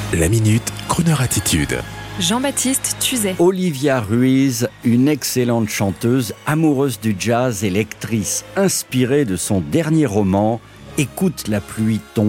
La Minute Crooner Attitude. Jean-Baptiste Tuzet. Olivia Ruiz, une excellente chanteuse, amoureuse du jazz et lectrice, inspirée de son dernier roman « Écoute la pluie tomber ».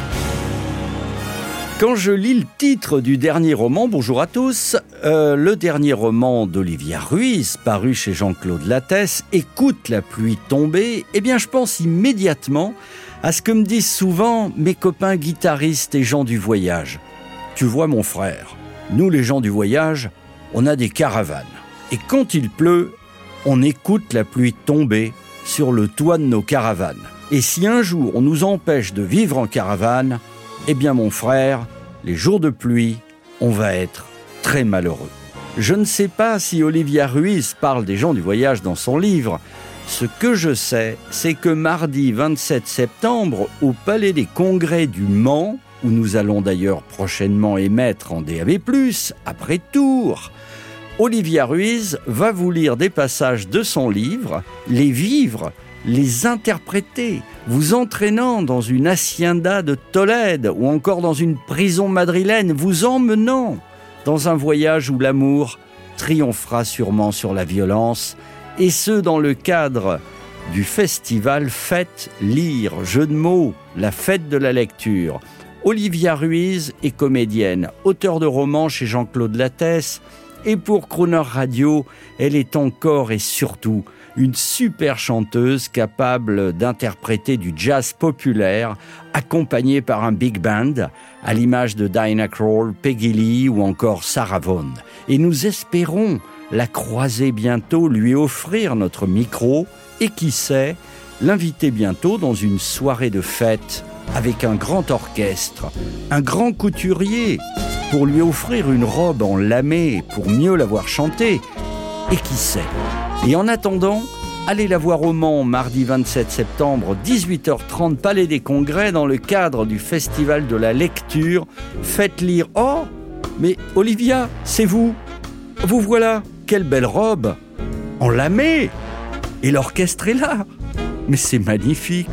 Quand je lis le titre du dernier roman, bonjour à tous, le dernier roman d'Olivia Ruiz, paru chez Jean-Claude Lattès, « Écoute la pluie tomber », eh bien je pense immédiatement à ce que me disent souvent mes copains guitaristes et gens du voyage. Tu vois mon frère, nous les gens du voyage, on a des caravanes. Et quand il pleut, on écoute la pluie tomber sur le toit de nos caravanes. Et si un jour on nous empêche de vivre en caravane, eh bien mon frère, les jours de pluie, on va être très malheureux. Je ne sais pas si Olivia Ruiz parle des gens du voyage dans son livre. Ce que je sais, c'est que mardi 27 septembre, au Palais des Congrès du Mans, où nous allons d'ailleurs prochainement émettre en DAB+, après Tours, Olivia Ruiz va vous lire des passages de son livre, les vivre, les interpréter, vous entraînant dans une hacienda de Tolède ou encore dans une prison madrilène, vous emmenant dans un voyage où l'amour triomphera sûrement sur la violence, et ce dans le cadre du festival Fête Lire, jeu de mots, la fête de la lecture. Olivia Ruiz est comédienne, auteure de romans chez Jean-Claude Lattès, et pour Crooner Radio, elle est encore et surtout une super chanteuse capable d'interpréter du jazz populaire, accompagnée par un big band, à l'image de Diana Krall, Peggy Lee ou encore Sarah Vaughan. Et nous espérons la croiser bientôt, lui offrir notre micro et qui sait, l'inviter bientôt dans une soirée de fête avec un grand orchestre, un grand couturier pour lui offrir une robe en lamé pour mieux la voir chanter. Et qui sait. Et en attendant, allez la voir au Mans mardi 27 septembre, 18h30, Palais des Congrès, dans le cadre du Festival de la Lecture. Faites lire. Oh, mais Olivia, c'est vous. Vous voilà. Quelle belle robe. En lamé. Et l'orchestre est là. Mais c'est magnifique.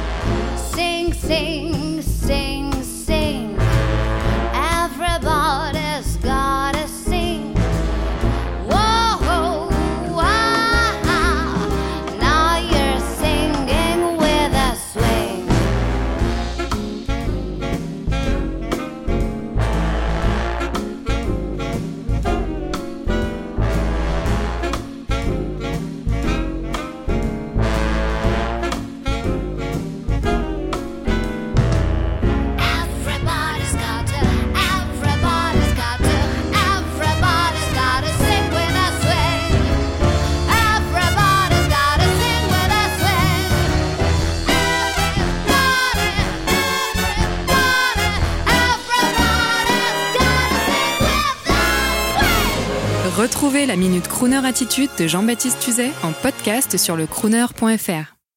Sing, sing, sing, sing. Everybody's gotta sing. Whoa, wow. Now you're singing with a swing. Retrouvez la Minute Crooner Attitude de Jean-Baptiste Tuzet en podcast sur le crooner.fr.